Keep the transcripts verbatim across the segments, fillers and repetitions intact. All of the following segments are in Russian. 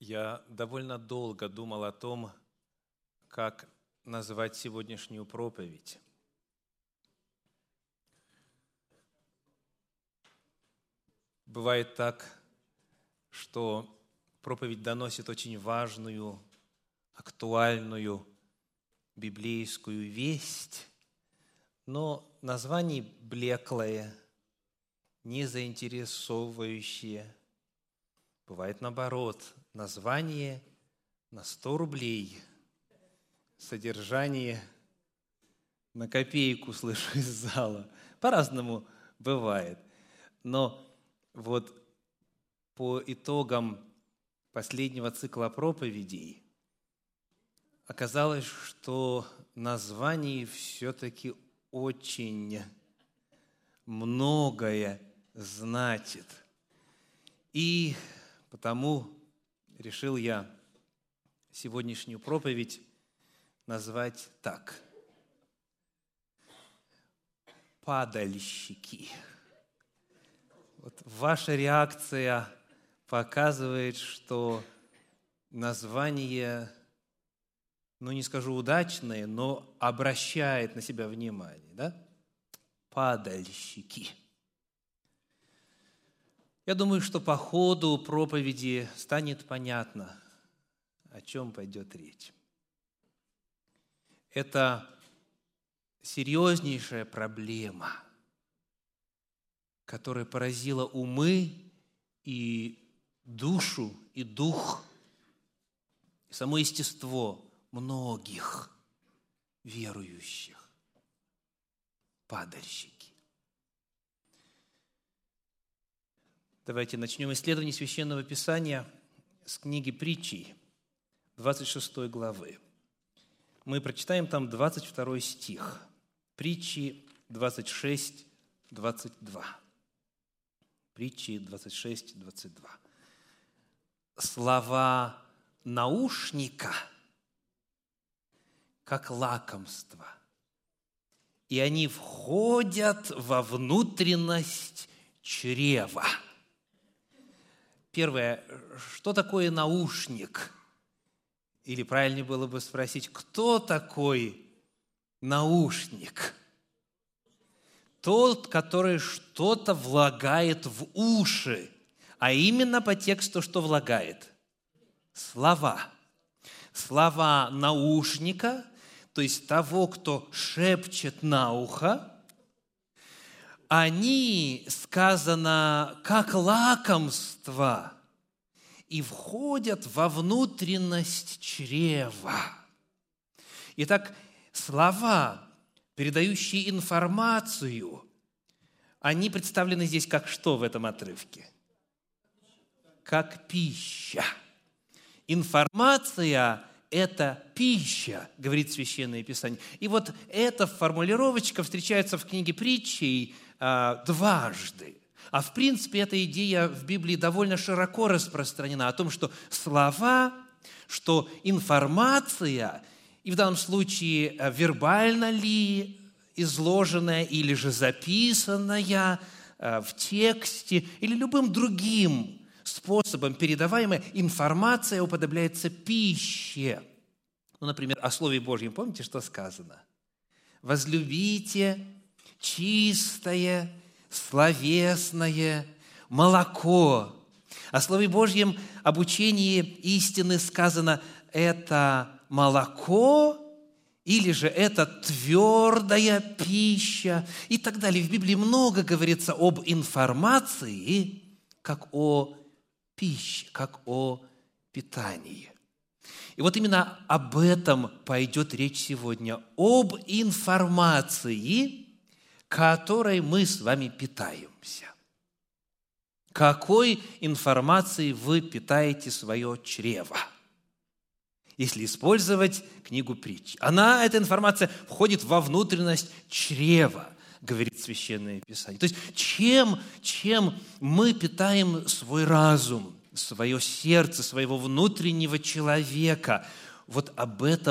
Я довольно долго думал о том, как назвать сегодняшнюю проповедь. Бывает так, что проповедь доносит очень важную, актуальную библейскую весть, но название блеклое, не заинтересовывающее. Бывает наоборот, название на сто рублей, содержание на копейку, слышу из зала. По-разному бывает. Но вот по итогам последнего цикла проповедей оказалось, что название все-таки очень многое значит. И потому решил я сегодняшнюю проповедь назвать так: «Падальщики». Вот ваша реакция показывает, что название, ну не скажу удачное, но обращает на себя внимание, да? Падальщики. Я думаю, что по ходу проповеди станет понятно, о чем пойдет речь. Это серьезнейшая проблема, которая поразила умы и душу, и дух, и само естество многих верующих. Падальщики. Давайте начнем исследование Священного Писания с книги Притчей, двадцать шестой главы. Мы прочитаем там двадцать второй стих. Притчи двадцать шесть, двадцать два. Притчи двадцать шесть, двадцать два. Слова наушника, как лакомство, и они входят во внутренность чрева. Первое, что такое наушник? Или правильнее было бы спросить, кто такой наушник? Тот, который что-то влагает в уши, а именно по тексту что влагает? Слова. Слова наушника, то есть того, кто шепчет на ухо, они, сказано, как лакомство, и входят во внутренность чрева. Итак, слова, передающие информацию, они представлены здесь как что в этом отрывке? Как пища. Информация – это пища, говорит Священное Писание. И вот эта формулировочка встречается в книге Притчей а, дважды. А в принципе эта идея в Библии довольно широко распространена о том, что слова, что информация, и в данном случае вербально ли изложенная или же записанная в тексте, или любым другим способом передаваемая информация уподобляется пище. Ну, например, о Слове Божьем, помните, что сказано? «Возлюбите чистое, словесное молоко». О Слове Божьем, об учении истины сказано: это молоко или же это твердая пища и так далее. В Библии много говорится об информации, как о пище, как о питании. И вот именно об этом пойдет речь сегодня, об информации, которой мы с вами питаемся. Какой информацией вы питаете свое чрево? Если использовать книгу Притч. Она, эта информация, входит во внутренность чрева, говорит Священное Писание. То есть чем, чем мы питаем свой разум, свое сердце, своего внутреннего человека, вот об этом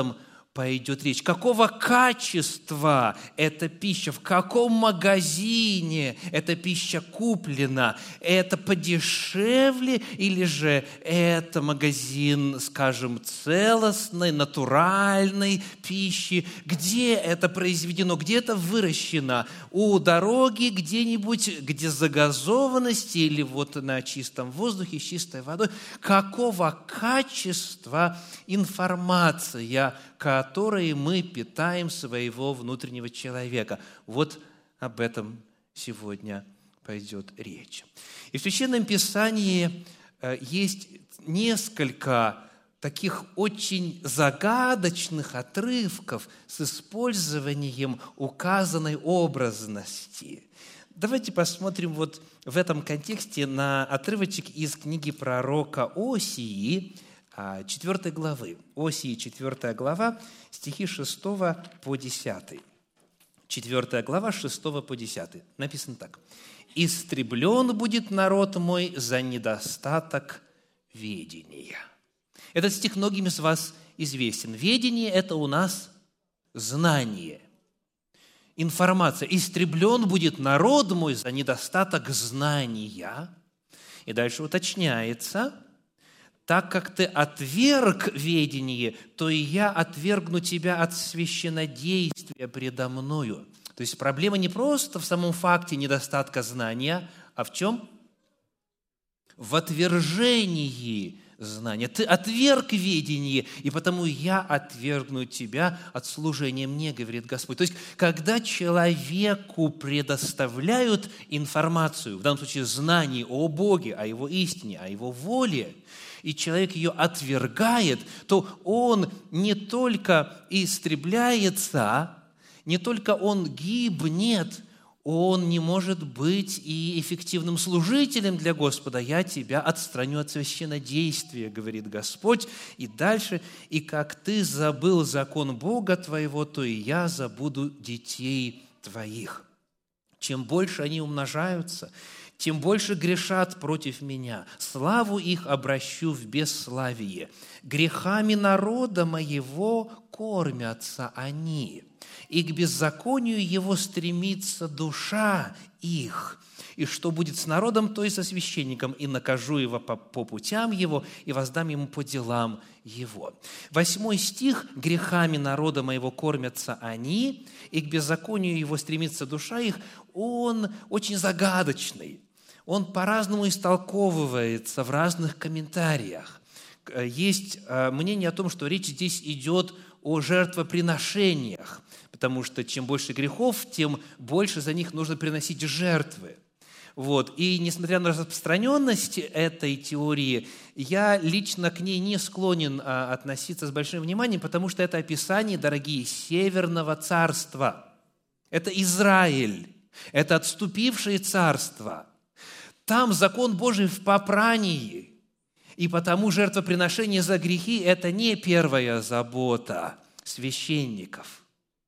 пойдет речь? Какого качества эта пища? В каком магазине эта пища куплена? Это подешевле или же это магазин, скажем, целостной, натуральной пищи? Где это произведено? Где это выращено? У дороги где-нибудь, где загазованность, или вот на чистом воздухе, с чистой водой? Какого качества информация, которой мы питаем своего внутреннего человека? Вот об этом сегодня пойдет речь. И в Священном Писании есть несколько таких очень загадочных отрывков с использованием указанной образности. Давайте посмотрим вот в этом контексте на отрывочек из книги пророка Осии, четвёртой главы. Осии, четвёртая глава, стихи шестого по десятый. четвёртая глава, шестого по десятый. Написано так. «Истреблен будет народ мой за недостаток ведения». Этот стих многим из вас известен. Ведение – это у нас знание, информация. «Истреблен будет народ мой за недостаток знания». И дальше уточняется: «Так как ты отверг ведение, то и я отвергну тебя от священнодействия предо мною». То есть проблема не просто в самом факте недостатка знания, а в чем? В отвержении знания. Ты отверг ведение, и потому я отвергну тебя от служения мне, говорит Господь. То есть, когда человеку предоставляют информацию, в данном случае знание о Боге, о Его истине, о Его воле, и человек ее отвергает, то он не только истребляется, не только он гибнет, он не может быть и эффективным служителем для Господа. «Я тебя отстраню от священнодействия», говорит Господь. И дальше: «И как ты забыл закон Бога твоего, то и я забуду детей твоих». Чем больше они умножаются, тем больше грешат против меня. Славу их обращу в бесславие. Грехами народа моего кормятся они, и к беззаконию его стремится душа их. И что будет с народом, то и со священником, и накажу его по, по путям его, и воздам ему по делам его». Восьмой стих: «Грехами народа моего кормятся они, и к беззаконию его стремится душа их», он очень загадочный. Он по-разному истолковывается в разных комментариях. Есть мнение о том, что речь здесь идет о жертвоприношениях, потому что чем больше грехов, тем больше за них нужно приносить жертвы. Вот. И несмотря на распространенность этой теории, я лично к ней не склонен а, относиться с большим вниманием, потому что это описание, дорогие, Северного царства. Это Израиль, это отступившее царство. Там закон Божий в попрании, и потому жертвоприношение за грехи – это не первая забота священников.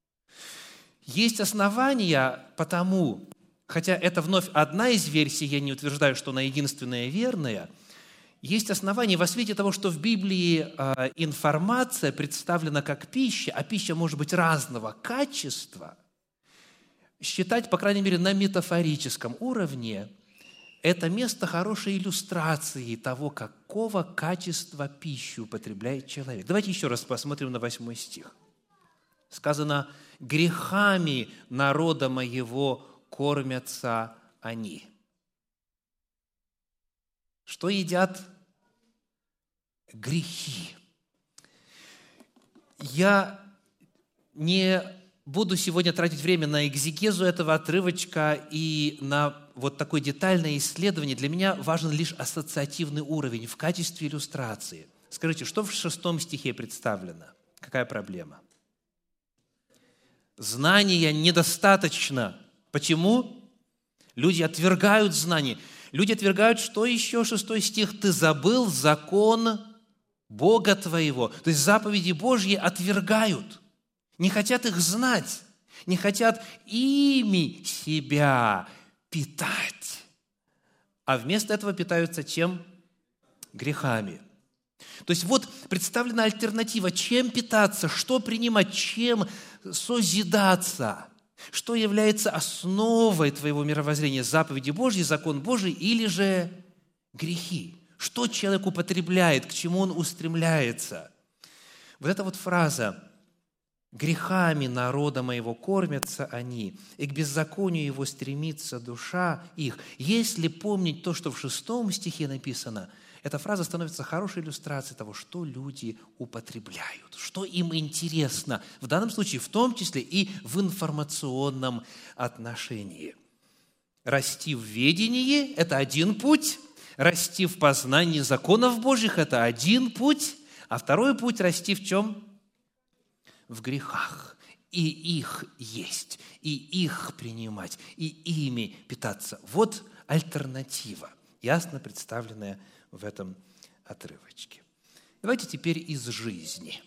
Есть основания потому, хотя это вновь одна из версий, я не утверждаю, что она единственная верная, есть основания во свете того, что в Библии э, информация представлена как пища, а пища может быть разного качества, считать, по крайней мере, на метафорическом уровне это место хорошей иллюстрации того, какого качества пищи употребляет человек. Давайте еще раз посмотрим на восьмой стих. Сказано: «Грехами народа моего кормятся они». Что едят? Грехи. Я не буду сегодня тратить время на экзегезу этого отрывочка и на вот такое детальное исследование. Для меня важен лишь ассоциативный уровень в качестве иллюстрации. Скажите, что в шестом стихе представлено? Какая проблема? Знания недостаточно. Почему? Люди отвергают знания. Люди отвергают, что еще? Шестой стих. «Ты забыл закон Бога твоего». То есть заповеди Божьи отвергают. Не хотят их знать. Не хотят ими себя питать. А вместо этого питаются чем? Грехами. То есть вот представлена альтернатива, чем питаться, что принимать, чем созидаться, что является основой твоего мировоззрения, заповеди Божьи, закон Божий или же грехи. Что человек употребляет, к чему он устремляется. Вот эта вот фраза «Грехами народа моего кормятся они, и к беззаконию его стремится душа их». Если помнить то, что в шестом стихе написано, эта фраза становится хорошей иллюстрацией того, что люди употребляют, что им интересно, в данном случае в том числе и в информационном отношении. Расти в ведении – это один путь, расти в познании законов Божьих – это один путь, а второй путь – расти в чем? В грехах. И их есть, и их принимать, и ими питаться. Вот альтернатива, ясно представленная в этом отрывочке. Давайте теперь из жизни.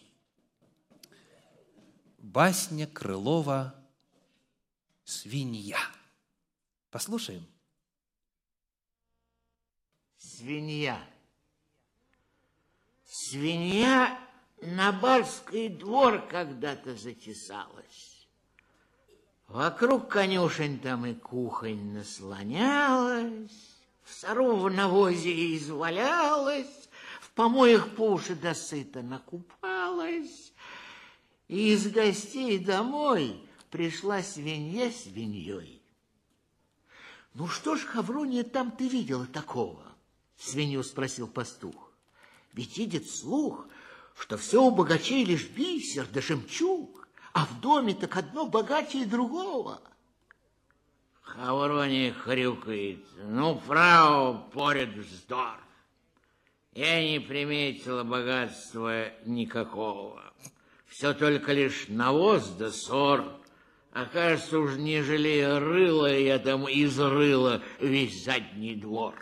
Басня Крылова «Свинья». Послушаем. Свинья. Свинья на барский двор когда-то затесалась. Вокруг конюшень там и кухонь наслонялась, в сору в навозе извалялась, в помоях по уши досыта накупалась, и из гостей домой пришла свинья свиньей. «Ну что ж, Хаврония, там ты видела такого?» — свинью спросил пастух. «Ведь идет слух, что все у богачей лишь бисер да жемчуг, а в доме так одно богаче другого». Хаврония хрюкает. «Ну, фрау, поряд вздор. Я не приметила богатства никакого. Все только лишь навоз да сор. А кажется, уж не жалея рыла, я там изрыла весь задний двор».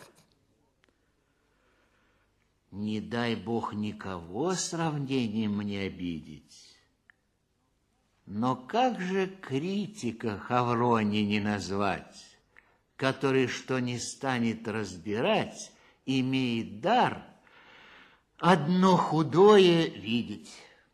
Не дай Бог никого сравнением мне обидеть. Но как же критика Хавронии не назвать, который, что не станет разбирать, имеет дар одно худое видеть.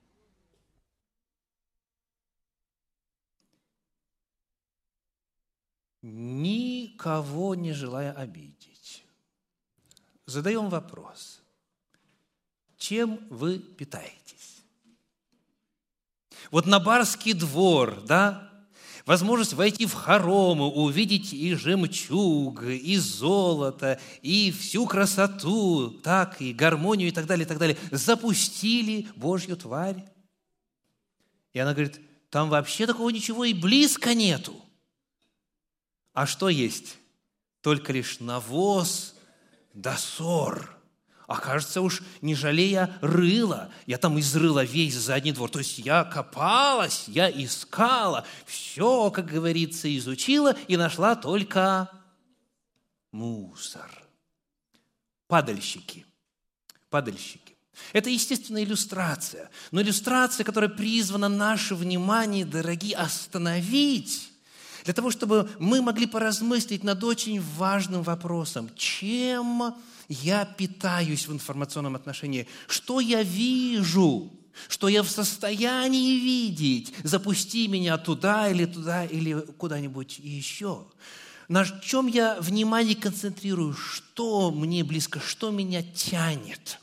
Никого не желая обидеть. Задаем вопрос. Чем вы питаетесь? Вот на барский двор, да, возможность войти в хоромы, увидеть и жемчуг, и золото, и всю красоту, так, и гармонию, и так далее, и так далее. Запустили Божью тварь. И она говорит, там вообще такого ничего и близко нету. А что есть? Только лишь навоз да сор. А кажется, уж не жалея рыла, я там изрыла весь задний двор. То есть я копалась, я искала, все, как говорится, изучила и нашла только мусор. Падальщики. Падальщики. Это естественная иллюстрация. Но иллюстрация, которая призвана наше внимание, дорогие, остановить, для того, чтобы мы могли поразмыслить над очень важным вопросом. Чем я питаюсь в информационном отношении? Что я вижу? Что я в состоянии видеть? Запусти меня туда или туда, или куда-нибудь еще. На чем я внимание концентрирую? Что мне близко? Что меня тянет?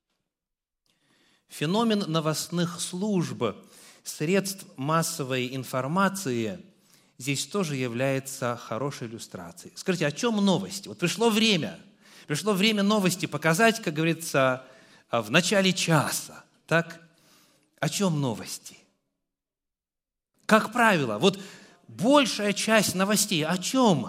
Феномен новостных служб, средств массовой информации здесь тоже является хорошей иллюстрацией. Скажите, о чем новости? Вот пришло время, пришло время новости показать, как говорится, в начале часа. Так? О чем новости? Как правило, вот большая часть новостей о чем?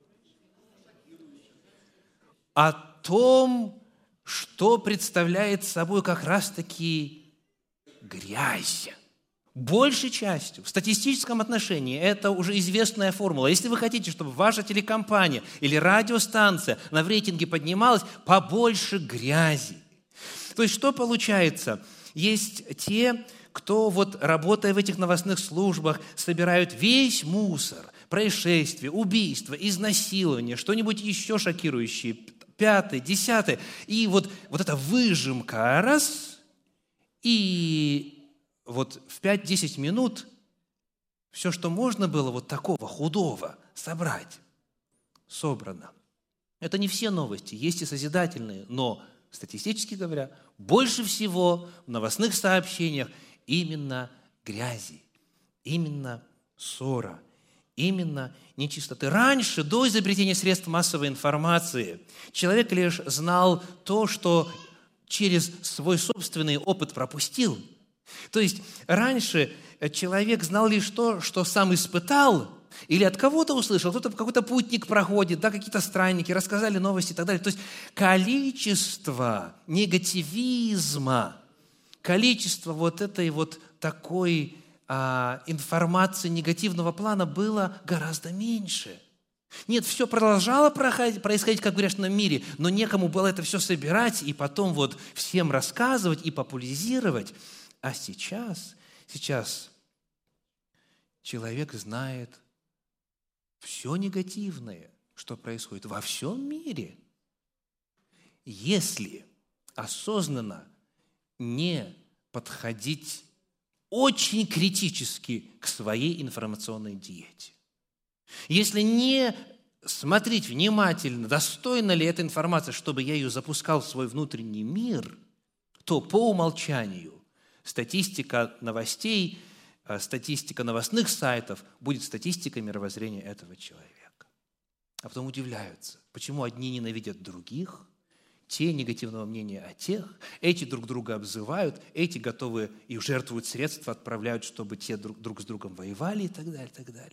О том, что представляет собой как раз-таки грязь. Большей частью, в статистическом отношении, это уже известная формула. Если вы хотите, чтобы ваша телекомпания или радиостанция на в рейтинге поднималась, побольше грязи. То есть, что получается? Есть те, кто, вот, работая в этих новостных службах, собирают весь мусор, происшествия, убийства, изнасилования, что-нибудь еще шокирующее, пятое, десятое. И вот, вот эта выжимка раз, и вот в пять-десять минут все, что можно было вот такого худого собрать, собрано. Это не все новости, есть и созидательные, но, статистически говоря, больше всего в новостных сообщениях именно грязи, именно ссора, именно нечистоты. Раньше, до изобретения средств массовой информации, человек лишь знал то, что через свой собственный опыт пропустил. То есть раньше человек знал лишь то, что сам испытал, или от кого-то услышал, кто-то, какой-то путник проходит, да, какие-то странники, рассказали новости и так далее. То есть количество негативизма, количество вот этой вот такой а, информации негативного плана было гораздо меньше. Нет, все продолжало происходить, как в грешном мире, но некому было это все собирать и потом вот всем рассказывать и популяризировать. А сейчас, сейчас человек знает все негативное, что происходит во всем мире, если осознанно не подходить очень критически к своей информационной диете. Если не смотреть внимательно, достойна ли эта информация, чтобы я ее запускал в свой внутренний мир, то по умолчанию статистика новостей, статистика новостных сайтов будет статистикой мировоззрения этого человека. А потом удивляются, почему одни ненавидят других, те негативного мнения о тех, эти друг друга обзывают, эти готовы и жертвуют средства, отправляют, чтобы те друг, друг с другом воевали и так далее, и так далее.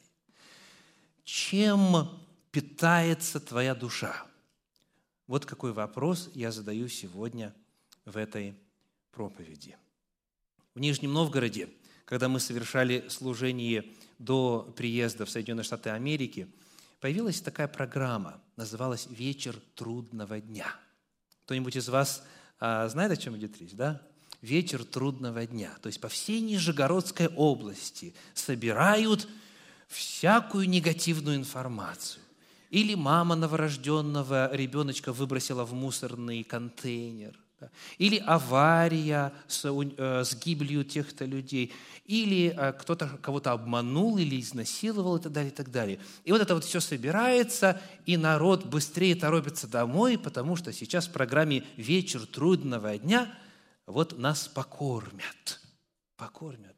Чем питается твоя душа? Вот какой вопрос я задаю сегодня в этой проповеди. В Нижнем Новгороде, когда мы совершали служение до приезда в Соединенные Штаты Америки, появилась такая программа, называлась «Вечер трудного дня». Кто-нибудь из вас а, знает, о чем идет речь, да? Вечер трудного дня. То есть по всей Нижегородской области собирают всякую негативную информацию. Или мама новорожденного ребеночка выбросила в мусорный контейнер. Да? Или авария с, э, с гибелью тех-то людей. Или э, кто-то кого-то обманул или изнасиловал и так далее, и так далее. И вот это вот все собирается, и народ быстрее торопится домой, потому что сейчас в программе «Вечер трудного дня» вот нас покормят. Покормят.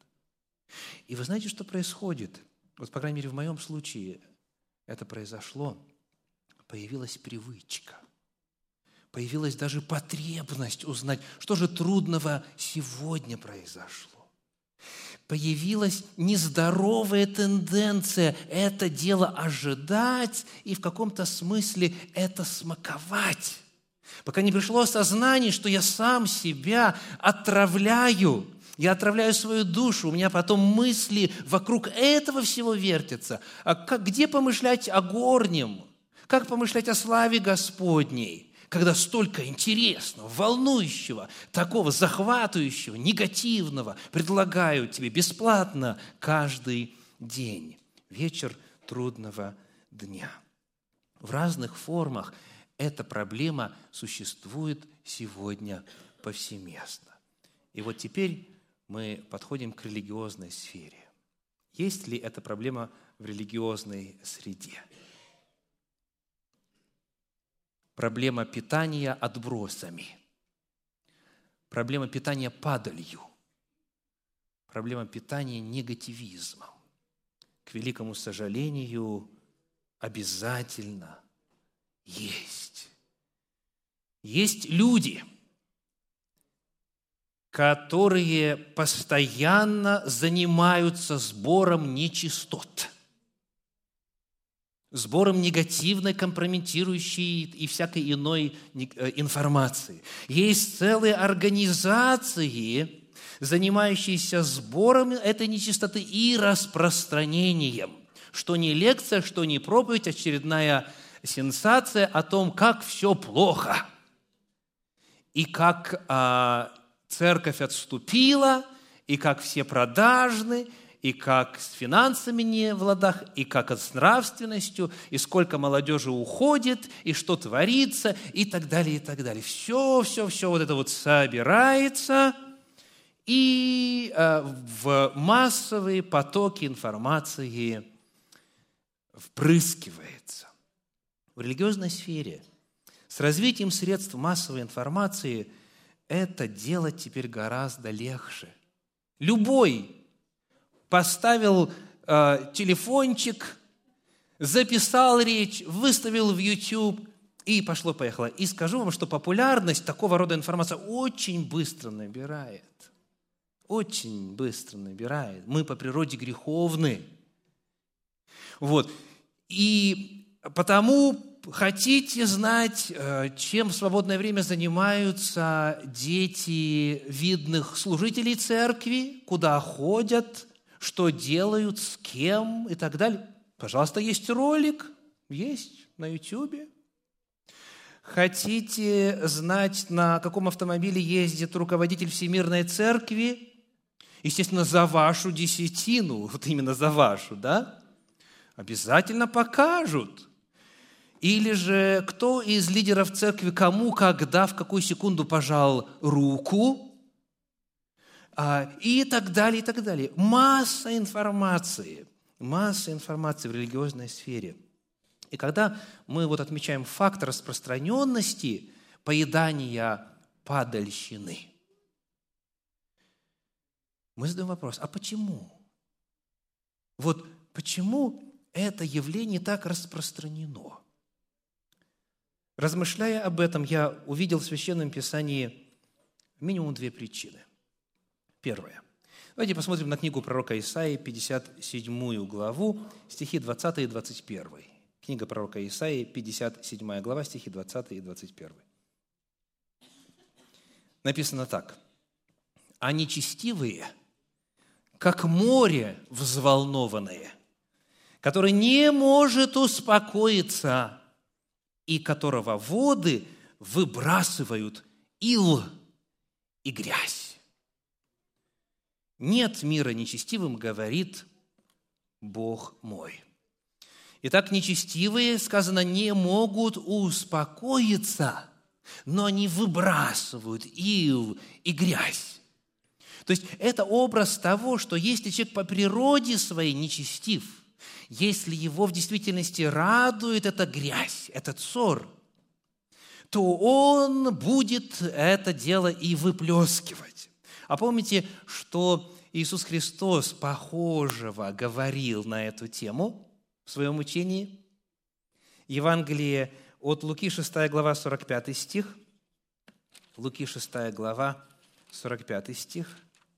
И вы знаете, что происходит? Вот, по крайней мере, в моем случае это произошло. Появилась привычка. Появилась даже потребность узнать, что же трудного сегодня произошло. Появилась нездоровая тенденция это дело ожидать и в каком-то смысле это смаковать. Пока не пришло осознание, что я сам себя отравляю. Я отравляю свою душу, у меня потом мысли вокруг этого всего вертятся. А как, где помышлять о горнем? Как помышлять о славе Господней, когда столько интересного, волнующего, такого захватывающего, негативного предлагают тебе бесплатно каждый день? Вечер трудного дня. В разных формах эта проблема существует сегодня повсеместно. И вот теперь мы подходим к религиозной сфере. Есть ли эта проблема в религиозной среде? Проблема питания отбросами. Проблема питания падалью. Проблема питания негативизмом. К великому сожалению, обязательно есть. Есть люди, которые постоянно занимаются сбором нечистот, сбором негативной, компрометирующей и всякой иной информации. Есть целые организации, занимающиеся сбором этой нечистоты и распространением. Что не лекция, что не проповедь, очередная сенсация о том, как все плохо и как а, церковь отступила, и как все продажны, и как с финансами не в ладах, и как с нравственностью, и сколько молодежи уходит, и что творится, и так далее, и так далее. Все, все, все вот это вот собирается и э, в массовые потоки информации впрыскивается. В религиозной сфере с развитием средств массовой информации это делать теперь гораздо легче. Любой поставил э, телефончик, записал речь, выставил в YouTube, и пошло-поехало. И скажу вам, что популярность такого рода информации очень быстро набирает. Очень быстро набирает. Мы по природе греховны. Вот. И потому хотите знать, чем в свободное время занимаются дети видных служителей церкви, куда ходят, что делают, с кем и так далее? Пожалуйста, есть ролик, есть на Ютубе. Хотите знать, на каком автомобиле ездит руководитель Всемирной Церкви? Естественно, за вашу десятину, вот именно за вашу, да? Обязательно покажут. Или же кто из лидеров церкви кому, когда, в какую секунду пожал руку, и так далее, и так далее. Масса информации, масса информации в религиозной сфере. И когда мы вот отмечаем факт распространенности поедания падальщины, мы задаем вопрос, а почему? Вот почему это явление так распространено? Размышляя об этом, я увидел в Священном Писании минимум две причины. Первое. Давайте посмотрим на книгу пророка Исаии, пятьдесят седьмую главу, стихи двадцатый и двадцать первый. Книга пророка Исаии, пятьдесят седьмая глава, стихи двадцатый и двадцать первый. Написано так. «А нечестивые, как море взволнованное, которое не может успокоиться, и которого воды выбрасывают ил и грязь. Нет мира нечестивым, говорит Бог мой». Итак, нечестивые, сказано, не могут успокоиться, но они выбрасывают ил и грязь. То есть это образ того, что если человек по природе своей нечестив, если его в действительности радует эта грязь, этот ссор, то он будет это дело и выплескивать. А помните, что Иисус Христос похожего говорил на эту тему в своем учении? Евангелие от Луки, шестая глава, сорок пятый стих. Луки, шестая глава, сорок пятый стих.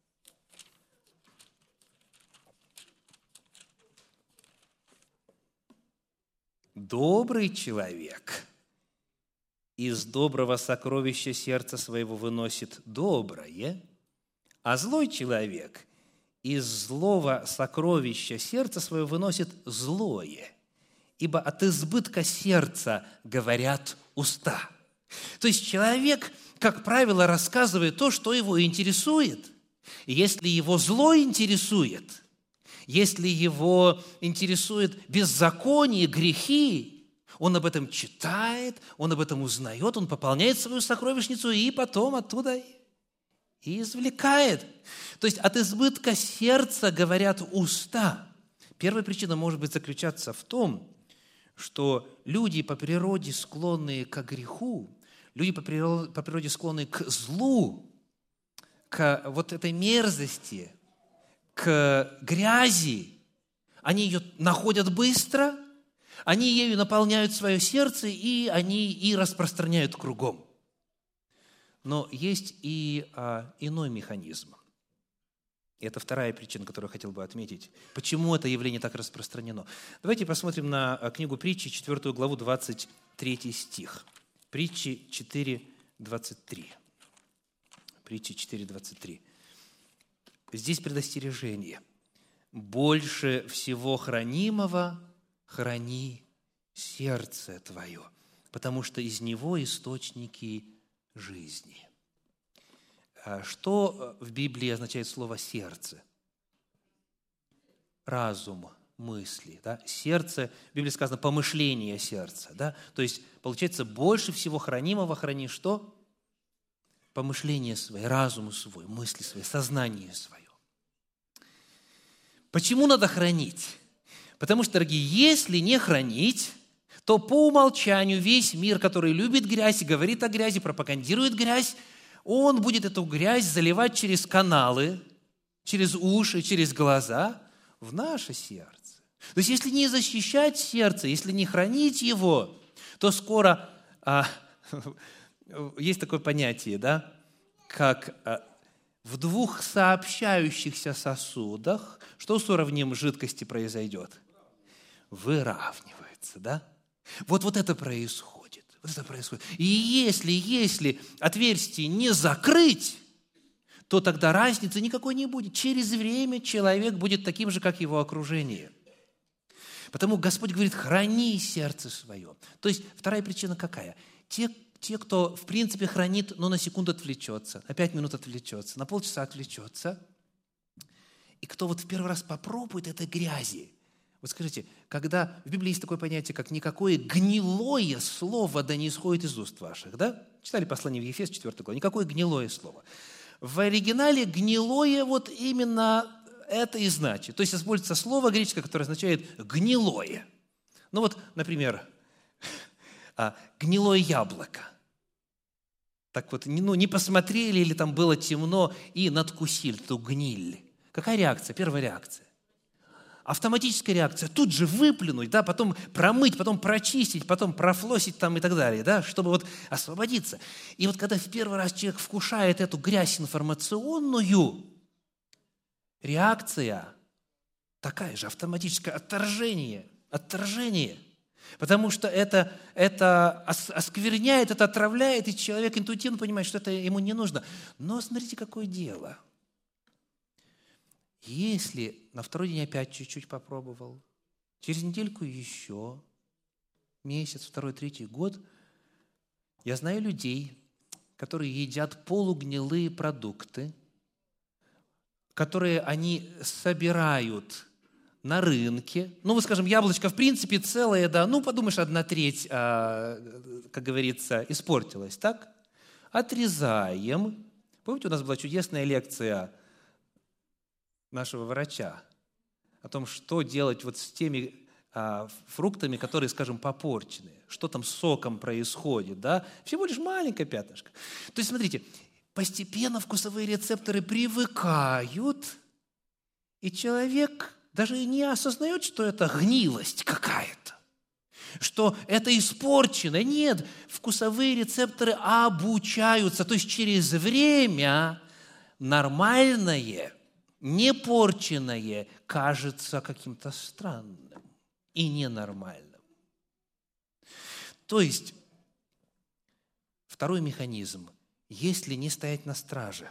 «Добрый человек из доброго сокровища сердца своего выносит доброе, а злой человек из злого сокровища сердца своего выносит злое, ибо от избытка сердца говорят уста». То есть человек, как правило, рассказывает то, что его интересует. И если его зло интересует, если его интересует беззаконие, грехи, он об этом читает, он об этом узнает, он пополняет свою сокровищницу и потом оттуда и извлекает. То есть от избытка сердца говорят уста. Первая причина может быть заключаться в том, что люди по природе склонные к греху, люди по природе, по природе склонные к злу, к вот этой мерзости, к грязи, они ее находят быстро, они ею наполняют свое сердце, и они и распространяют кругом. Но есть и а, иной механизм. И это вторая причина, которую я хотел бы отметить. Почему это явление так распространено? Давайте посмотрим на книгу Притчи, четвёртую главу, двадцать третий стих. Притчи четыре, двадцать три. Притчи четыре, двадцать три. Здесь предостережение. «Больше всего хранимого храни сердце твое, потому что из него источники жизни». Что в Библии означает слово «сердце»? разум, мысли. Да? Сердце, в Библии сказано, помышление сердца. Да? То есть, получается, больше всего хранимого храни что? Помышление свое, разум свой, мысли свои, сознание свое. Почему надо хранить? Потому что, дорогие, если не хранить, то по умолчанию весь мир, который любит грязь и говорит о грязи, пропагандирует грязь, он будет эту грязь заливать через каналы, через уши, через глаза в наше сердце. То есть, если не защищать сердце, если не хранить его, то скоро... А, есть такое понятие, да, как а, в двух сообщающихся сосудах, что с уровнем жидкости произойдет? Выравнивается, да? Вот, вот это происходит. Вот это происходит. И если, если отверстие не закрыть, то тогда разницы никакой не будет. Через время человек будет таким же, как его окружение. Потому Господь говорит, храни сердце свое. То есть вторая причина какая? Те, те, кто в принципе хранит, но на секунду отвлечется, на пять минут отвлечется, на полчаса отвлечется, и кто вот в первый раз попробует этой грязи. Вот скажите, когда в Библии есть такое понятие, как никакое гнилое слово да не исходит из уст ваших, да? Читали послание в Ефес, четвёртая глава, никакое гнилое слово. В оригинале гнилое вот именно это и значит. То есть используется слово греческое, которое означает гнилое. Ну вот, например, гнилое яблоко. Так вот, ну, не посмотрели или там было темно и надкусили эту гниль. Какая реакция? Первая реакция. Автоматическая реакция. Тут же выплюнуть, да, потом промыть, потом прочистить, потом профлосить там и так далее, да, чтобы вот освободиться. И вот когда в первый раз человек вкушает эту грязь информационную, реакция такая же, автоматическое отторжение, отторжение. Потому что это, это оскверняет, это отравляет, и человек интуитивно понимает, что это ему не нужно. Но смотрите, какое дело. Если на второй день опять чуть-чуть попробовал, через недельку еще, месяц, второй, третий год, я знаю людей, которые едят полугнилые продукты, которые они собирают на рынке. Ну, мы скажем, яблочко в принципе целое, да, ну, подумаешь, одна треть, а, как говорится, испортилась, так? Отрезаем. Помните, у нас была чудесная лекция нашего врача о том, что делать вот с теми а, фруктами, которые, скажем, попорчены, что там с соком происходит, да? Всего лишь маленькое пятнышко. То есть, смотрите, постепенно вкусовые рецепторы привыкают, и человек даже не осознает, что это гнилость какая-то, что это испорчено. Нет, вкусовые рецепторы обучаются. То есть через время нормальное, непорченное кажется каким-то странным и ненормальным. То есть второй механизм. Если не стоять на страже,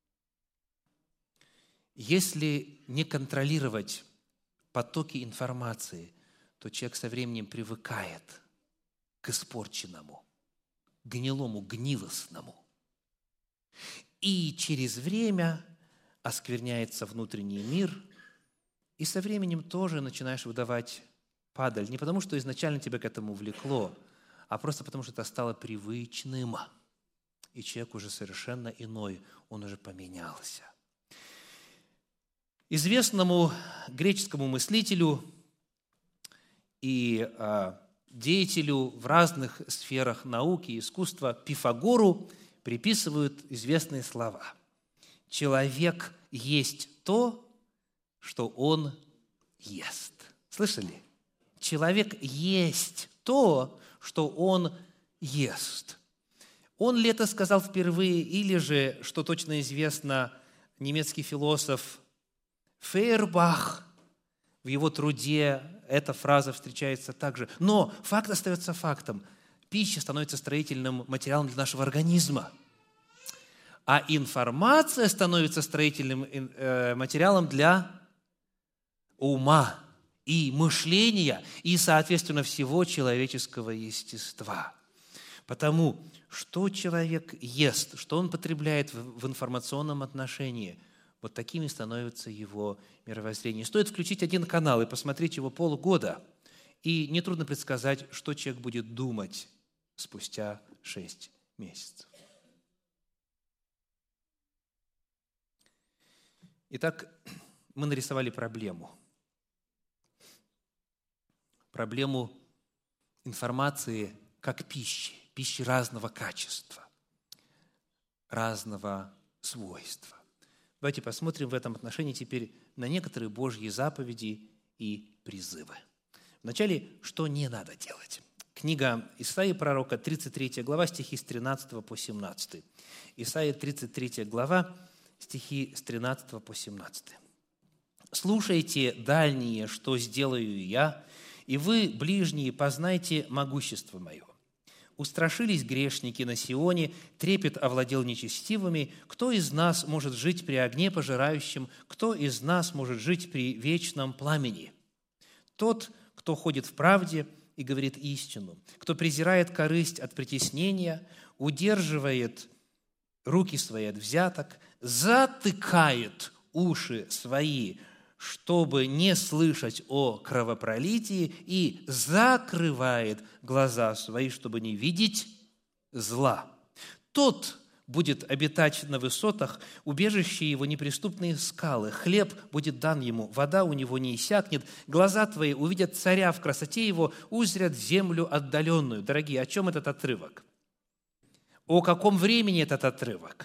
если не контролировать потоки информации, то человек со временем привыкает к испорченному, гнилому, гнилостному. И через время оскверняется внутренний мир, и со временем тоже начинаешь выдавать падаль. Не потому, что изначально тебя к этому влекло, а просто потому, что это стало привычным. И человек уже совершенно иной, он уже поменялся. Известному греческому мыслителю и а, деятелю в разных сферах науки и искусства Пифагору приписывают известные слова. Человек есть то, что он ест. Слышали? Человек есть то, что он ест. Он ли это сказал впервые, или же, что точно известно, немецкий философ Фейербах, в его труде эта фраза встречается также. Но факт остается фактом. Пища становится строительным материалом для нашего организма. А информация становится строительным материалом для ума и мышления, и, соответственно, всего человеческого естества. Потому что человек ест, что он потребляет в информационном отношении, Вот такими становятся его мировоззрение. Стоит включить один канал и посмотреть его полгода, и нетрудно предсказать, что человек будет думать спустя шесть месяцев. Итак, мы нарисовали проблему. Проблему информации как пищи, пищи разного качества, разного свойства. Давайте посмотрим в этом отношении теперь на некоторые Божьи заповеди и призывы. Вначале, что не надо делать. Книга Исаии пророка, тридцать третья глава, стихи с тринадцатого по семнадцатый. Исаия, тридцать третья глава, стихи с тринадцатого по семнадцатый. «Слушайте, дальние, что сделаю я, и вы, ближние, познайте могущество мое. Устрашились грешники на Сионе, трепет овладел нечестивыми. Кто из нас может жить при огне пожирающем? Кто из нас может жить при вечном пламени? Тот, кто ходит в правде и говорит истину, кто презирает корысть от притеснения, удерживает руки свои от взяток, затыкает уши свои, чтобы не слышать о кровопролитии, и закрывает глаза свои, чтобы не видеть зла. Тот будет обитать на высотах, убежище его неприступные скалы. Хлеб будет дан ему, вода у него не иссякнет. Глаза твои увидят царя в красоте его, узрят землю отдаленную». Дорогие, о чем этот отрывок? О каком времени этот отрывок?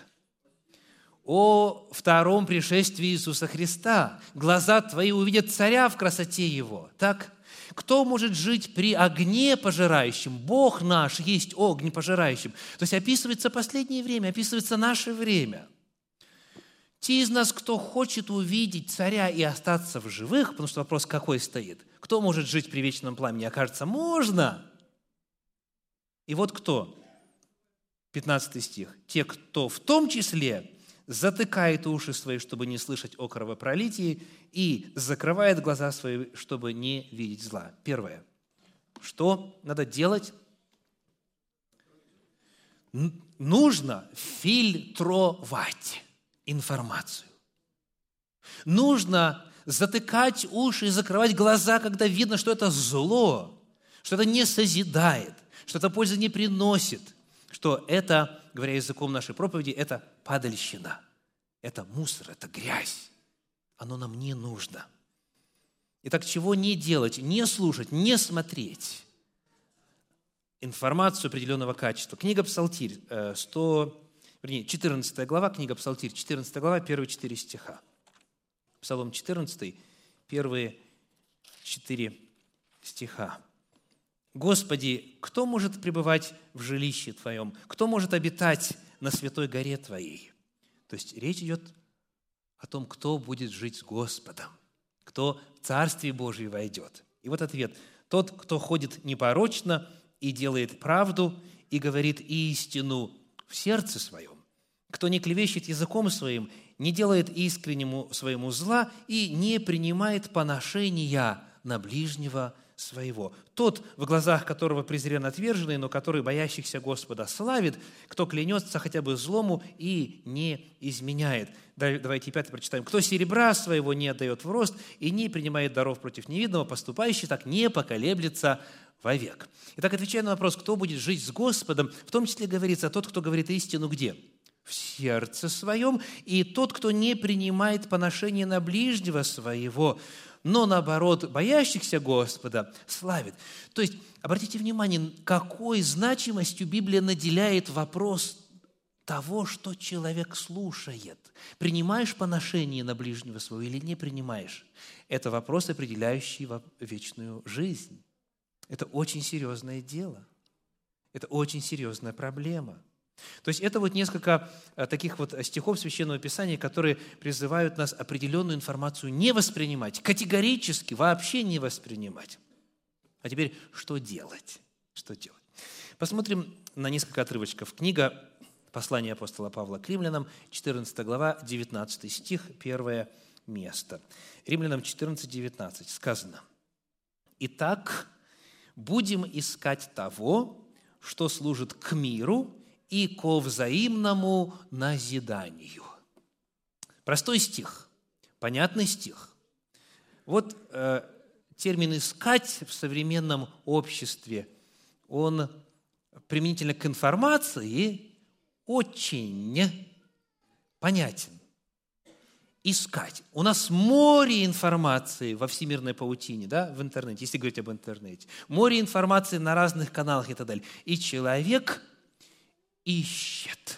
О втором пришествии Иисуса Христа. Глаза твои увидят царя в красоте его. Так? Кто может жить при огне пожирающем? Бог наш есть огонь пожирающим. То есть описывается последнее время, описывается наше время. Те из нас, кто хочет увидеть царя и остаться в живых, потому что вопрос какой стоит? Кто может жить при вечном пламени? Окажется, можно. И вот кто? пятнадцатый стих. «Те, кто в том числе затыкает уши свои, чтобы не слышать о кровопролитии, и закрывает глаза свои, чтобы не видеть зла». Первое. Что надо делать? Нужно фильтровать информацию. Нужно затыкать уши и закрывать глаза, когда видно, что это зло, что это не созидает, что это пользы не приносит, что это, говоря языком нашей проповеди, это падальщина, это мусор, это грязь. Оно нам не нужно. Итак, чего не делать? Не слушать, не смотреть информацию определенного качества. Книга Псалтирь, сто, вернее, четырнадцатая глава, книга Псалтирь, четырнадцатая глава, первые четыре стиха. Псалом четырнадцатый, первые четыре стиха. «Господи, кто может пребывать в жилище Твоем? Кто может обитать на святой горе Твоей?» То есть речь идет о том, кто будет жить с Господом, кто в Царствие Божие войдет. И вот ответ. Тот, кто ходит непорочно и делает правду, и говорит истину в сердце своем, кто не клевещет языком своим, не делает искреннему своему зла и не принимает поношения на ближнего своего. Тот, в глазах которого презрен отверженный, но который боящихся Господа славит, кто клянется хотя бы злому и не изменяет. Давайте пятый прочитаем. «Кто серебра своего не отдает в рост и не принимает даров против невидного, поступающий так не поколеблется вовек». Итак, отвечая на вопрос, кто будет жить с Господом, в том числе говорится, тот, кто говорит истину где? В сердце своем, и тот, кто не принимает поношение на ближнего своего, но, наоборот, боящихся Господа славит. То есть, обратите внимание, какой значимостью Библия наделяет вопрос того, что человек слушает. Принимаешь поношение на ближнего своего или не принимаешь? Это вопрос, определяющий вечную жизнь. Это очень серьезное дело. Это очень серьезная проблема. То есть это вот несколько таких вот стихов Священного Писания, которые призывают нас определенную информацию не воспринимать, категорически вообще не воспринимать. А теперь что делать? Что делать? Посмотрим на несколько отрывочков. Книга «Послание апостола Павла к римлянам», четырнадцатая глава, девятнадцатый стих, первое место. Римлянам четырнадцать, девятнадцать сказано: «Итак, будем искать того, что служит к миру и ко взаимному назиданию». Простой стих, понятный стих. Вот э, термин «искать» в современном обществе, он применительно к информации очень понятен. Искать. У нас море информации во всемирной паутине, да, в интернете, если говорить об интернете. Море информации на разных каналах и так далее. И человек ищет.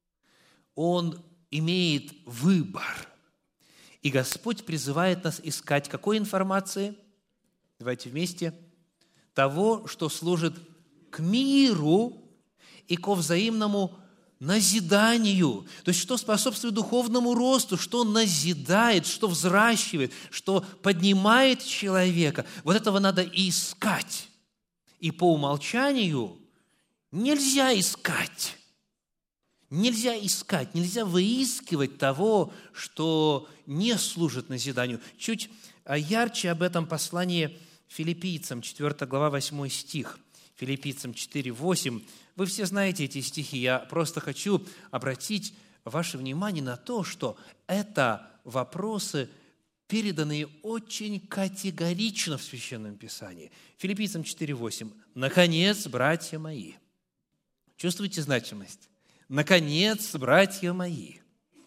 Он имеет выбор. И Господь призывает нас искать какой информации? Давайте вместе. Того, что служит к миру и ко взаимному назиданию. То есть, что способствует духовному росту, что назидает, что взращивает, что поднимает человека. Вот этого надо искать. И по умолчанию нельзя искать. Нельзя искать, нельзя выискивать того, что не служит назиданию. Чуть ярче об этом послание Филиппийцам, четвёртая глава, восьмой стих. Филиппийцам четыре, восемь. Вы все знаете эти стихи. Я просто хочу обратить ваше внимание на то, что это вопросы, переданные очень категорично в Священном Писании. Филиппийцам четыре, восемь. «Наконец, братья мои». Чувствуете значимость? «Наконец, братья мои,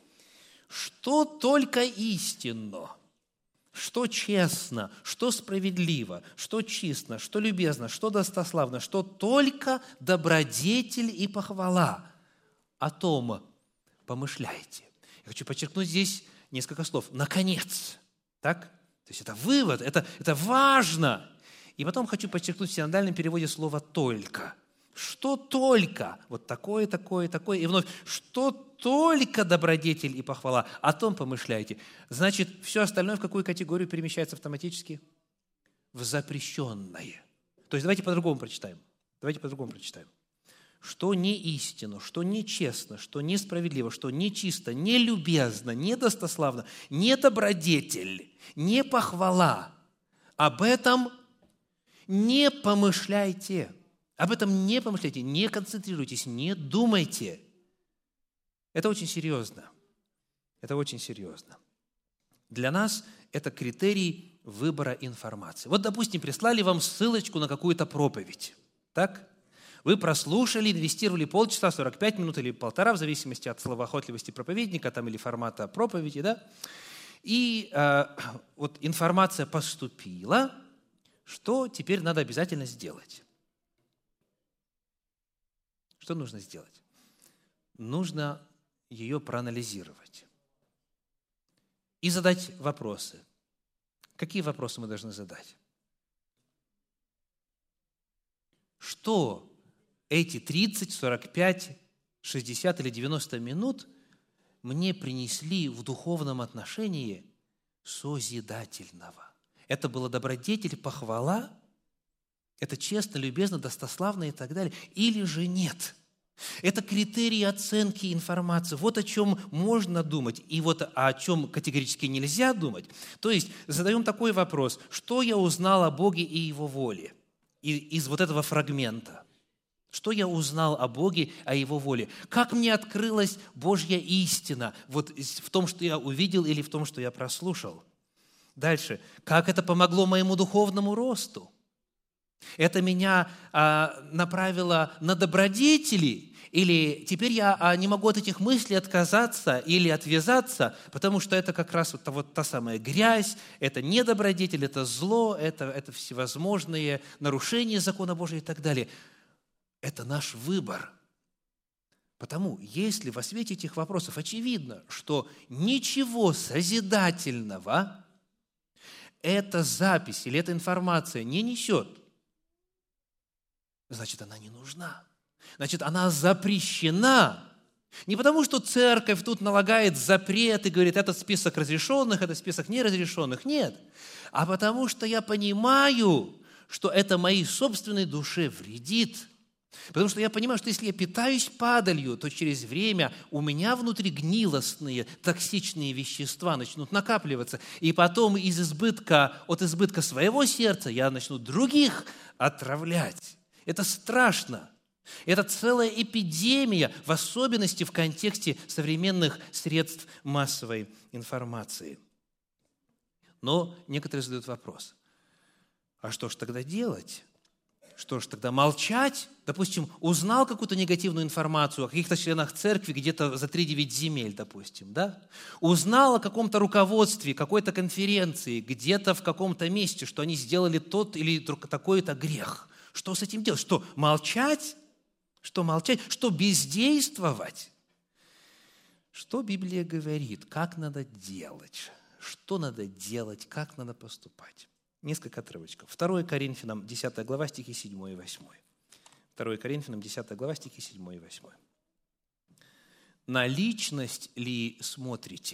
что только истинно, что честно, что справедливо, что честно, что любезно, что достославно, что только добродетель и похвала, о том помышляйте». Я хочу подчеркнуть здесь несколько слов. «Наконец». Так? То есть это вывод, это, это важно. И потом хочу подчеркнуть в синодальном переводе слово «только». Что только, вот такое, такое, такое, и вновь, что только добродетель и похвала, о том помышляйте. Значит, все остальное в какую категорию перемещается автоматически? В запрещенное. То есть давайте по-другому прочитаем. Давайте по-другому прочитаем. Что не истинно, что нечестно, что несправедливо, что нечисто, нелюбезно, недостославно, не добродетель, не похвала, об этом не помышляйте. Об этом не помышляйте, не концентрируйтесь, не думайте. Это очень серьезно. Это очень серьезно. Для нас это критерий выбора информации. Вот, допустим, прислали вам ссылочку на какую-то проповедь. Так? Вы прослушали, инвестировали полчаса, сорок пять минут или полтора, в зависимости от словоохотливости проповедника там, или формата проповеди. Да? И э, вот информация поступила, что теперь надо обязательно сделать? Что нужно сделать? Нужно ее проанализировать и задать вопросы. Какие вопросы мы должны задать? Что эти тридцать, сорок пять, шестьдесят или девяносто минут мне принесли в духовном отношении созидательного? Это была добродетель, похвала? Это честно, любезно, достославно и так далее? Или же нет? Это критерии оценки информации. Вот о чем можно думать, и вот о чем категорически нельзя думать. То есть задаем такой вопрос: что я узнал о Боге и Его воле из вот этого фрагмента? Что я узнал о Боге, о Его воле? Как мне открылась Божья истина вот в том, что я увидел или в том, что я прослушал? Дальше. Как это помогло моему духовному росту? Это меня а, направило на добродетели? Или теперь я а, не могу от этих мыслей отказаться или отвязаться, потому что это как раз вот, вот та самая грязь, это недобродетель, это зло, это, это всевозможные нарушения закона Божия и так далее. Это наш выбор. Потому, если во свете этих вопросов очевидно, что ничего созидательного эта запись или эта информация не несет, значит, она не нужна. Значит, она запрещена. Не потому, что церковь тут налагает запрет и говорит, это список разрешенных, это список неразрешенных. Нет. А потому, что я понимаю, что это моей собственной душе вредит. Потому что я понимаю, что если я питаюсь падалью, то через время у меня внутри гнилостные, токсичные вещества начнут накапливаться. И потом из избытка, от избытка своего сердца я начну других отравлять. Это страшно. Это целая эпидемия, в особенности в контексте современных средств массовой информации. Но некоторые задают вопрос, а что ж тогда делать? Что ж тогда молчать? Допустим, узнал какую-то негативную информацию о каких-то членах церкви где-то за три-девять земель, допустим, да? Узнал о каком-то руководстве, какой-то конференции, где-то в каком-то месте, что они сделали тот или такой-то грех. Что с этим делать? Что, молчать? Что молчать? Что бездействовать? Что Библия говорит? Как надо делать? Что надо делать? Как надо поступать? Несколько отрывочков. второе Коринфянам, десятая глава, стихи седьмой и восьмой. второе Коринфянам, десятая глава, стихи седьмой и восьмой. «На личность ли смотрите?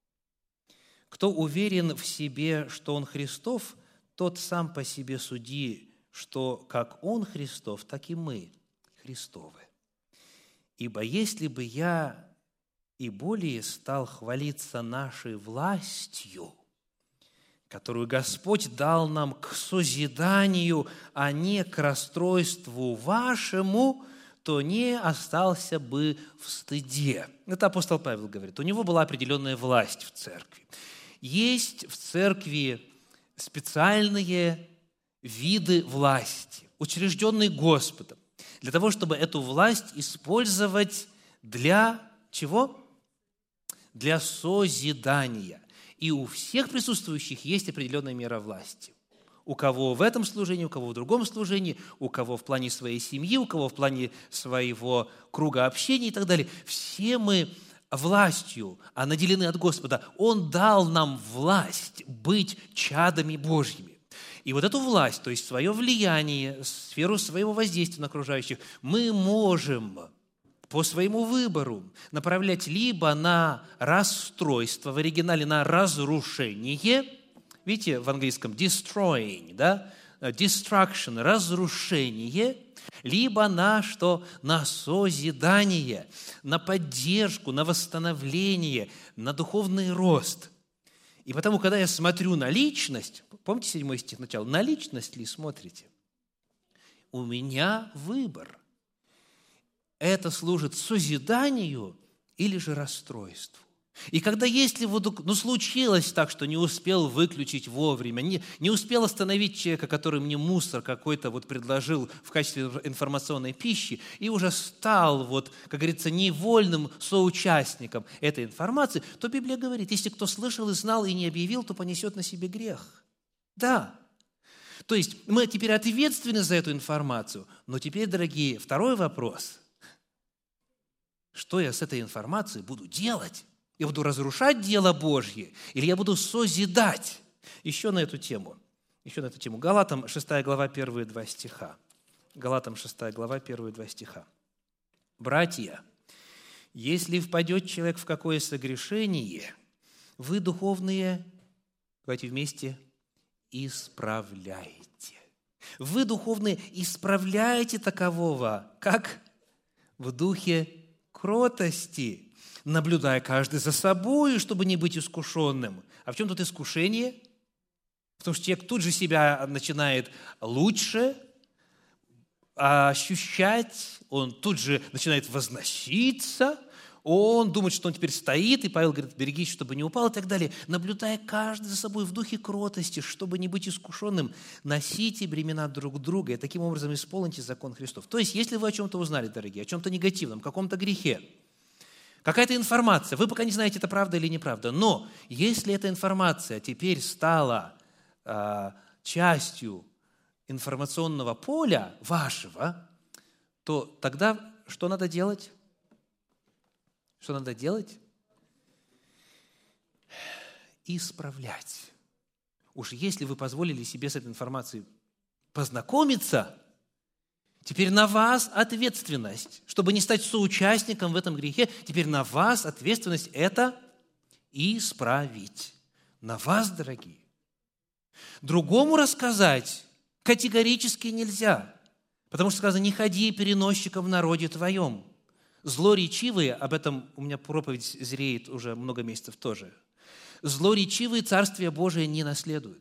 Кто уверен в себе, что он Христов, тот сам по себе суди, что как он Христов, так и мы Христовы. Ибо если бы я и более стал хвалиться нашей властью, которую Господь дал нам к созиданию, а не к расстройству вашему, то не остался бы в стыде». Это апостол Павел говорит. У него была определенная власть в церкви. Есть в церкви специальные виды власти, учрежденные Господом, для того, чтобы эту власть использовать для чего? Для созидания. И у всех присутствующих есть определенная мера власти. У кого в этом служении, у кого в другом служении, у кого в плане своей семьи, у кого в плане своего круга общения и так далее. Все мы властью наделены от Господа. Он дал нам власть быть чадами Божьими. И вот эту власть, то есть свое влияние, сферу своего воздействия на окружающих, мы можем по своему выбору направлять либо на расстройство, в оригинале на разрушение, видите, в английском destroying, да, destruction, разрушение, либо на что? На созидание, на поддержку, на восстановление, на духовный рост. И потому, когда я смотрю на личность, помните седьмой стих начала, на личность ли смотрите? У меня выбор. Это служит созиданию или же расстройству. И когда, если вот, ну, случилось так, что не успел выключить вовремя, не, не успел остановить человека, который мне мусор какой-то вот предложил в качестве информационной пищи, и уже стал, вот, как говорится, невольным соучастником этой информации, то Библия говорит, если кто слышал и знал и не объявил, то понесет на себе грех. Да. То есть мы теперь ответственны за эту информацию, но теперь, дорогие, второй вопрос. Что я с этой информацией буду делать? Я буду разрушать дело Божье или я буду созидать? Еще на эту тему. Еще на эту тему. Галатам шестая глава, первые два стиха. Галатам шестая глава, первые два стиха. «Братья, если впадет человек в какое согрешение, вы, духовные, давайте вместе, исправляйте. Вы, духовные, исправляйте такового, как в духе кротости, наблюдая каждый за собой, чтобы не быть искушенным». А в чем тут искушение? Потому что человек тут же себя начинает лучше ощущать, он тут же начинает возноситься, он думает, что он теперь стоит, и Павел говорит, берегись, чтобы не упал и так далее. Наблюдая каждый за собой в духе кротости, чтобы не быть искушенным, носите бремена друг друга и таким образом исполните закон Христов. То есть, если вы о чем-то узнали, дорогие, о чем-то негативном, каком-то грехе, какая-то информация, вы пока не знаете, это правда или неправда, но если эта информация теперь стала э, частью информационного поля вашего, то тогда что надо делать? Что надо делать? Исправлять. Уж если вы позволили себе с этой информацией познакомиться, теперь на вас ответственность. Чтобы не стать соучастником в этом грехе, теперь на вас ответственность это исправить. На вас, дорогие. Другому рассказать категорически нельзя, потому что сказано, не ходи переносчиком в народе твоем. Злоречивые, об этом у меня проповедь зреет уже много месяцев тоже, злоречивые Царствие Божие не наследуют.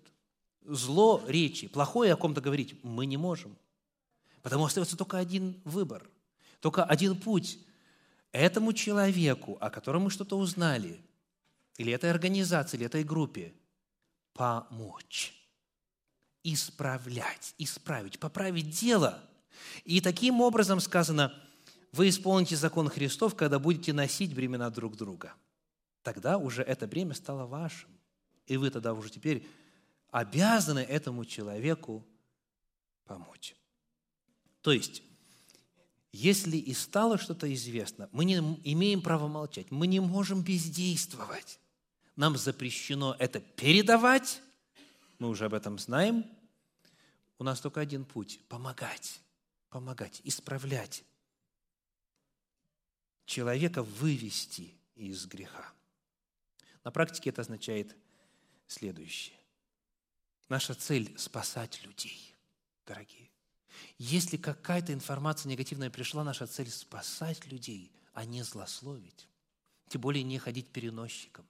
Зло речи, плохое о ком-то говорить мы не можем, потому остается только один выбор Только один путь – этому человеку, о котором мы что-то узнали, или этой организации, или этой группе, помочь, исправлять, исправить, поправить дело. И таким образом сказано, вы исполните закон Христов, когда будете носить бремена друг друга. Тогда уже это бремя стало вашим. И вы тогда уже теперь обязаны этому человеку помочь. То есть, если и стало что-то известно, мы не имеем права молчать, мы не можем бездействовать. Нам запрещено это передавать, мы уже об этом знаем. У нас только один путь – помогать, помогать, исправлять, человека вывести из греха. На практике это означает следующее. Наша цель – спасать людей, дорогие. Если какая-то информация негативная пришла, наша цель – спасать людей, а не злословить. Тем более не ходить переносчиком.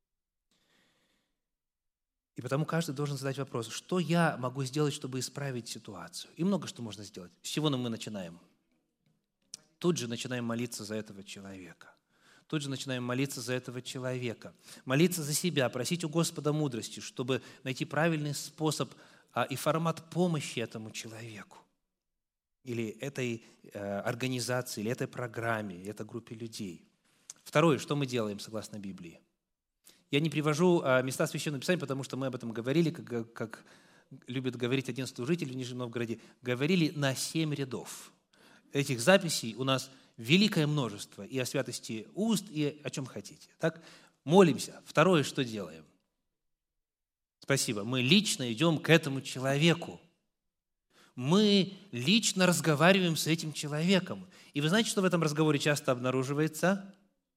И потому каждый должен задать вопрос, что я могу сделать, чтобы исправить ситуацию? И много что можно сделать. С чего мы начинаем? Тут же начинаем молиться за этого человека. Тут же начинаем молиться за этого человека. Молиться за себя, просить у Господа мудрости, чтобы найти правильный способ а, и формат помощи этому человеку. Или этой э, организации, или этой программе, или этой группе людей. Второе, что мы делаем согласно Библии? Я не привожу э, места Священного Писания, потому что мы об этом говорили, как, как любит говорить один служитель в Нижнем Новгороде, говорили на семь рядов. Этих записей у нас великое множество и о святости уст, и о чем хотите. Так, молимся. Второе, что делаем? Спасибо. Мы лично идем к этому человеку. Мы лично разговариваем с этим человеком. И вы знаете, что в этом разговоре часто обнаруживается?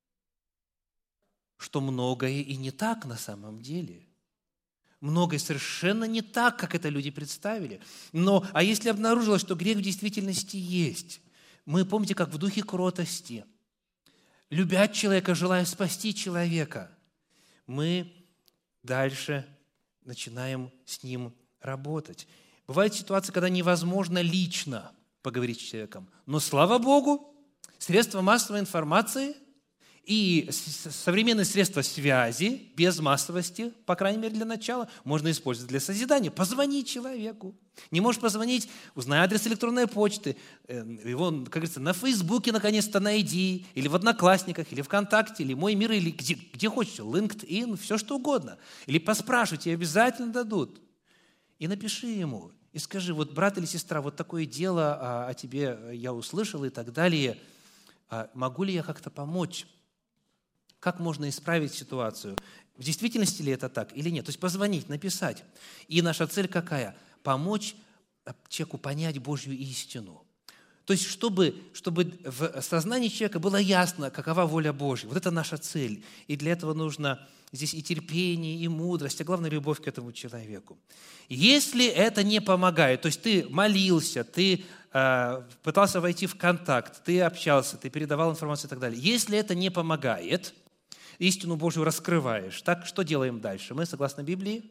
Что многое и не так на самом деле. Многое совершенно не так, как это люди представили. Но, а если обнаружилось, что грех в действительности есть, мы, помните, как в духе кротости, любя человека, желая спасти человека, мы дальше начинаем с ним работать. Бывают ситуации, когда невозможно лично поговорить с человеком, но, слава Богу, средства массовой информации и современные средства связи без массовости, по крайней мере для начала, можно использовать для созидания. Позвони человеку. Не можешь позвонить, узнай адрес электронной почты, его, как говорится, на Фейсбуке наконец-то найди, или в Одноклассниках, или ВКонтакте, или Мой мир, или где, где хочешь, LinkedIn, все что угодно. Или поспрашивай, тебе обязательно дадут. И напиши ему, и скажи, вот брат или сестра, вот такое дело о тебе я услышал и так далее. Могу ли я как-то помочь? Как можно исправить ситуацию? В действительности ли это так или нет? То есть позвонить, написать. И наша цель какая? Помочь человеку понять Божью истину. То есть чтобы, чтобы в сознании человека было ясно, какова воля Божья. Вот это наша цель. И для этого нужно здесь и терпение, и мудрость, а главное, любовь к этому человеку. Если это не помогает, то есть ты молился, ты э, пытался войти в контакт, ты общался, ты передавал информацию и так далее. Если это не помогает, истину Божью раскрываешь, так что делаем дальше? Мы, согласно Библии,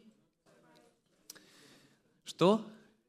что?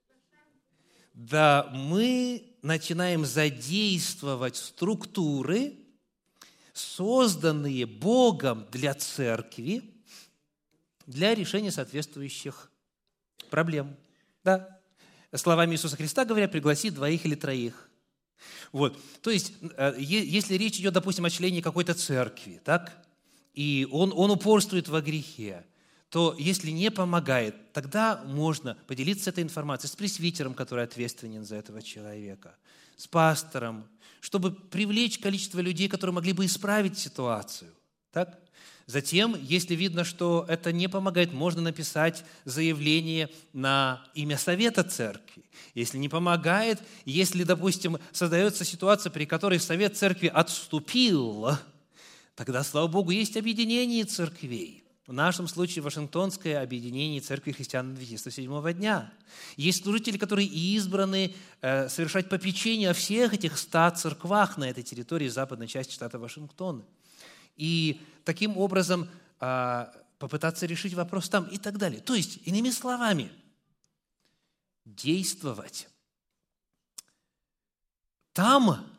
Да, мы начинаем задействовать структуры, созданные Богом для церкви, для решения соответствующих проблем. Да. Словами Иисуса Христа говоря, пригласи двоих или троих. Вот. То есть, если речь идет, допустим, о члене какой-то церкви, так, и он, он упорствует во грехе, то если не помогает, тогда можно поделиться этой информацией с пресвитером, который ответственен за этого человека, с пастором, чтобы привлечь количество людей, которые могли бы исправить ситуацию. Так? Затем, если видно, что это не помогает, можно написать заявление на имя Совета Церкви. Если не помогает, если, допустим, создается ситуация, при которой Совет Церкви отступил, тогда, слава Богу, есть объединение церквей. В нашем случае Вашингтонское объединение Церкви Христиан Адвентистов седьмого дня. Есть служители, которые избраны э, совершать попечение о всех этих ста церквах на этой территории западной части штата Вашингтон. И таким образом э, попытаться решить вопрос там и так далее. То есть, иными словами, действовать там,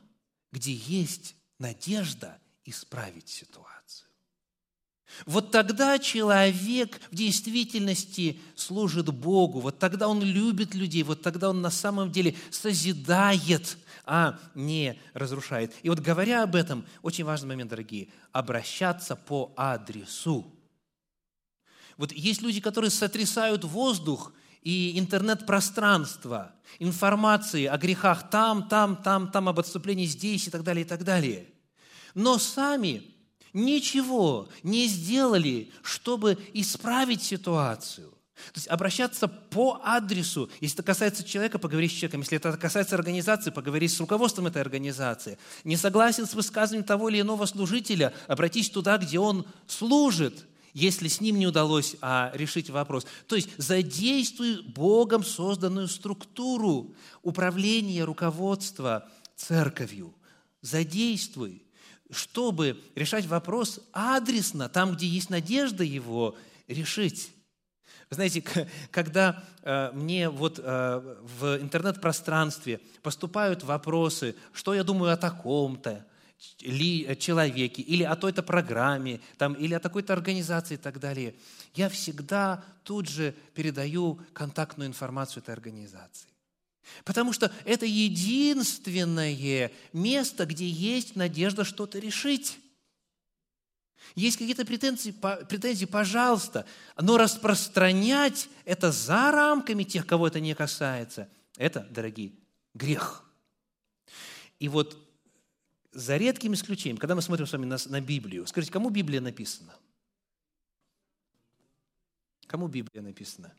где есть надежда исправить ситуацию. Вот тогда человек в действительности служит Богу, вот тогда он любит людей, вот тогда он на самом деле созидает, а не разрушает. И вот говоря об этом, очень важный момент, дорогие, обращаться по адресу. Вот есть люди, которые сотрясают воздух и интернет-пространство, информации о грехах там, там, там, там, об отступлении здесь и так далее, и так далее. Но сами ничего не сделали, чтобы исправить ситуацию. То есть обращаться по адресу. Если это касается человека, поговори с человеком. Если это касается организации, поговори с руководством этой организации. Не согласен с высказыванием того или иного служителя, обратись туда, где он служит, если с ним не удалось а, решить вопрос. То есть задействуй Богом созданную структуру управления, руководства церковью. Задействуй, чтобы решать вопрос адресно, там, где есть надежда его решить. Вы знаете, когда э, мне вот э, в интернет-пространстве поступают вопросы, что я думаю о таком-то ли, человеке, или о той-то программе, там, или о такой-то организации и так далее, я всегда тут же передаю контактную информацию этой организации. Потому что это единственное место, где есть надежда что-то решить. Есть какие-то претензии, претензии, пожалуйста, но распространять это за рамками тех, кого это не касается, это, дорогие, грех. И вот за редким исключением, когда мы смотрим с вами на, на Библию, скажите, кому Библия написана? Кому Библия написана?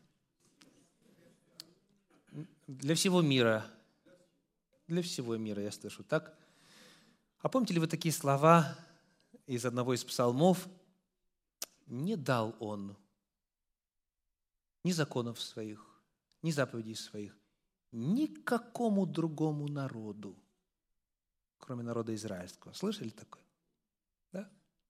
Для всего мира. Для всего мира, я слышу, так? А помните ли вы такие слова из одного из псалмов? «Не дал он ни законов своих, ни заповедей своих никакому другому народу, кроме народа израильского». Слышали такое? Да?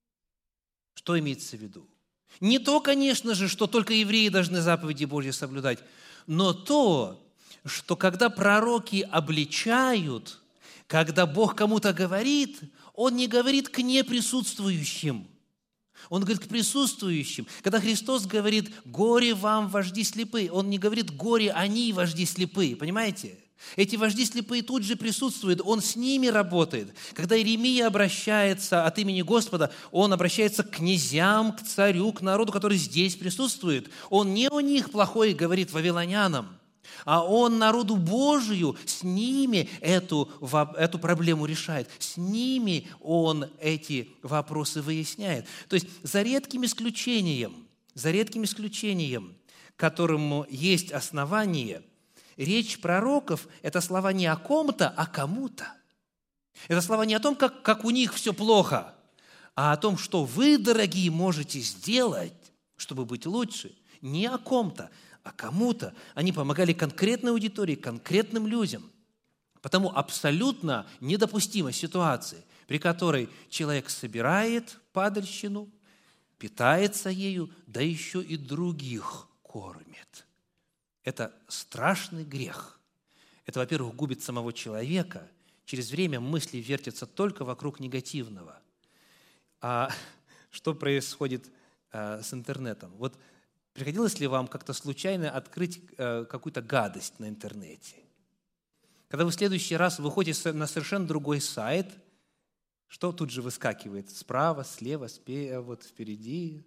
Что имеется в виду? Не то, конечно же, что только евреи должны заповеди Божьи соблюдать, но то, что когда пророки обличают, когда Бог кому-то говорит, Он не говорит к неприсутствующим, Он говорит к присутствующим. Когда Христос говорит «горе вам, вожди слепые», Он не говорит «горе они, вожди слепые», понимаете? Эти вожди слепые тут же присутствуют, Он с ними работает. Когда Иеремия обращается от имени Господа, он обращается к князьям, к царю, к народу, который здесь присутствует. Он не о них плохое говорит вавилонянам, а он народу Божию, с ними эту, эту проблему решает. С ними он эти вопросы выясняет. То есть за редким исключением, за редким исключением, которому есть основание, речь пророков – это слова не о ком-то, а кому-то. Это слова не о том, как, как у них все плохо, а о том, что вы, дорогие, можете сделать, чтобы быть лучше. Не о ком-то, а кому-то. Они помогали конкретной аудитории, конкретным людям. Потому абсолютно недопустима ситуация, при которой человек собирает падальщину, питается ею, да еще и других кормит. Это страшный грех. Это, во-первых, губит самого человека. Через время мысли вертятся только вокруг негативного. А что происходит а, с интернетом? Вот приходилось ли вам как-то случайно открыть а, какую-то гадость на интернете? Когда вы в следующий раз выходите на совершенно другой сайт, что тут же выскакивает? Справа, слева, спе- вот впереди.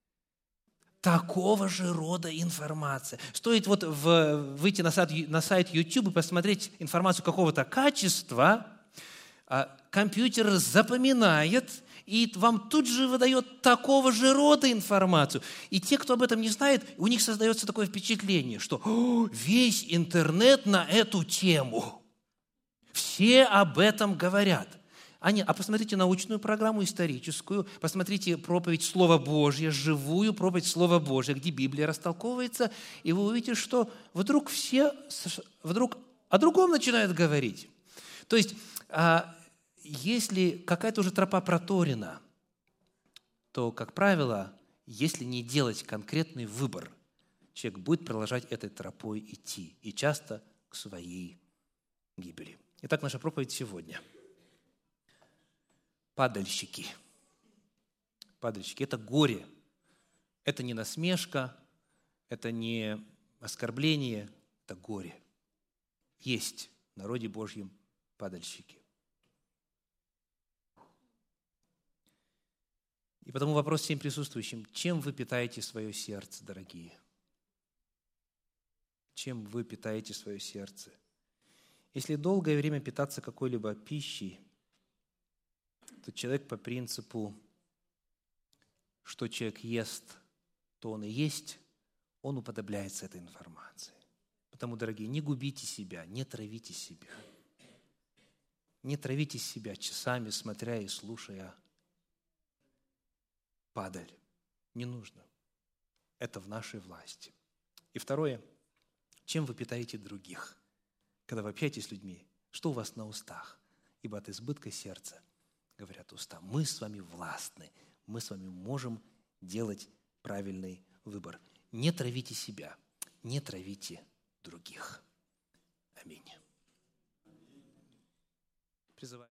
Такого же рода информация. Стоит вот в, выйти на сайт, на сайт YouTube и посмотреть информацию какого-то качества, а компьютер запоминает и вам тут же выдает такого же рода информацию. И те, кто об этом не знает, у них создается такое впечатление, что весь интернет на эту тему. Все об этом говорят. А, нет, а посмотрите научную программу историческую, посмотрите проповедь Слова Божьего, живую проповедь Слова Божьего, где Библия растолковывается, и вы увидите, что вдруг все вдруг о другом начинают говорить. То есть, если какая-то уже тропа проторена, то, как правило, если не делать конкретный выбор, человек будет продолжать этой тропой идти, и часто к своей гибели. Итак, наша проповедь сегодня. падальщики. Падальщики – это горе. Это не насмешка, это не оскорбление, это горе. Есть в народе Божьем падальщики. И потому вопрос всем присутствующим: чем вы питаете свое сердце, дорогие? Чем вы питаете свое сердце? Если долгое время питаться какой-либо пищей, то человек по принципу, что человек ест, то он и есть, он уподобляется этой информации. Потому, дорогие, не губите себя, не травите себя. Не травите себя часами, смотря и слушая падаль. Не нужно. Это в нашей власти. И второе, чем вы питаете других? Когда вы общаетесь с людьми, что у вас на устах? Ибо от избытка сердца, говорят уста, мы с вами властны, мы с вами можем делать правильный выбор. Не травите себя, не травите других. Аминь. Призываю.